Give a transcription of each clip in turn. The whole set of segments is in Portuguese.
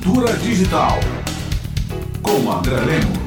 Cultura Digital, com André Lemos.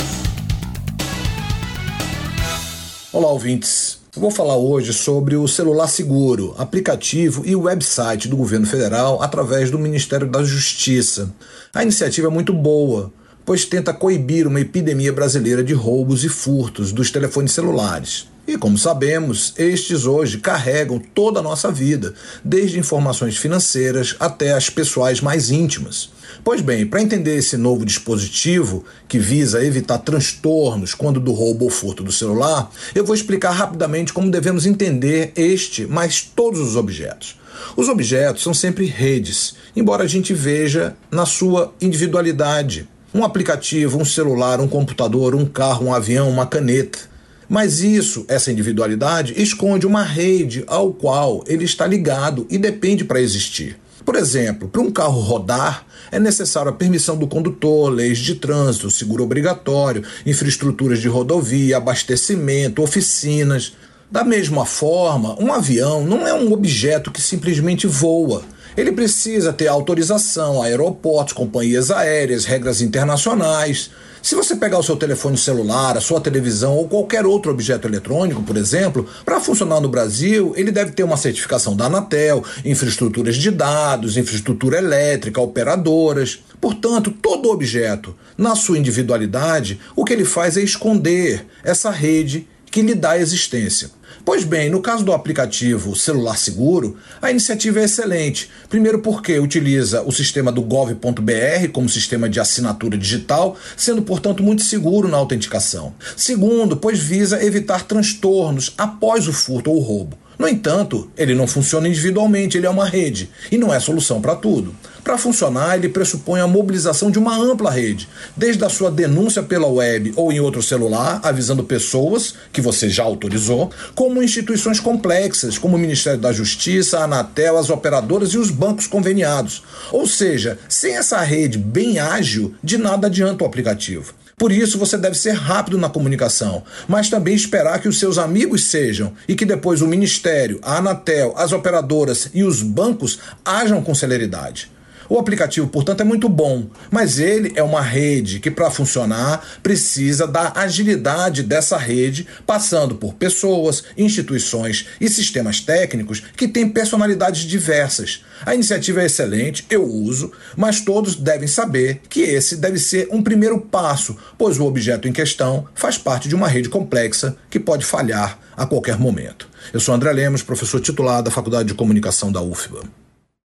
Olá, ouvintes. Eu vou falar hoje sobre o Celular Seguro, aplicativo e website do governo federal através do Ministério da Justiça. A iniciativa é muito boa, pois tenta coibir uma epidemia brasileira de roubos e furtos dos telefones celulares. E, como sabemos, estes hoje carregam toda a nossa vida, desde informações financeiras até as pessoais mais íntimas. Pois bem, para entender esse novo dispositivo, que visa evitar transtornos quando do roubo ou furto do celular, eu vou explicar rapidamente como devemos entender mas todos os objetos. Os objetos são sempre redes, embora a gente veja na sua individualidade. Um aplicativo, um celular, um computador, um carro, um avião, uma caneta. Mas essa individualidade, esconde uma rede ao qual ele está ligado e depende para existir. Por exemplo, para um carro rodar, é necessário a permissão do condutor, leis de trânsito, seguro obrigatório, infraestruturas de rodovia, abastecimento, oficinas. Da mesma forma, um avião não é um objeto que simplesmente voa. Ele precisa ter autorização, aeroportos, companhias aéreas, regras internacionais. Se você pegar o seu telefone celular, a sua televisão ou qualquer outro objeto eletrônico, por exemplo, para funcionar no Brasil, ele deve ter uma certificação da Anatel, infraestruturas de dados, infraestrutura elétrica, operadoras. Portanto, todo objeto, na sua individualidade, o que ele faz é esconder essa rede que lhe dá existência. Pois bem, no caso do aplicativo Celular Seguro, a iniciativa é excelente. Primeiro porque utiliza o sistema do gov.br como sistema de assinatura digital, sendo, portanto, muito seguro na autenticação. Segundo, pois visa evitar transtornos após o furto ou o roubo. No entanto, ele não funciona individualmente, ele é uma rede e não é solução para tudo. Para funcionar, ele pressupõe a mobilização de uma ampla rede, desde a sua denúncia pela web ou em outro celular, avisando pessoas que você já autorizou, como instituições complexas, como o Ministério da Justiça, a Anatel, as operadoras e os bancos conveniados. Ou seja, sem essa rede bem ágil, de nada adianta o aplicativo. Por isso, você deve ser rápido na comunicação, mas também esperar que os seus amigos sejam e que depois o Ministério, a Anatel, as operadoras e os bancos ajam com celeridade. O aplicativo, portanto, é muito bom, mas ele é uma rede que, para funcionar, precisa da agilidade dessa rede, passando por pessoas, instituições e sistemas técnicos que têm personalidades diversas. A iniciativa é excelente, eu uso, mas todos devem saber que esse deve ser um primeiro passo, pois o objeto em questão faz parte de uma rede complexa que pode falhar a qualquer momento. Eu sou André Lemos, professor titular da Faculdade de Comunicação da UFBA.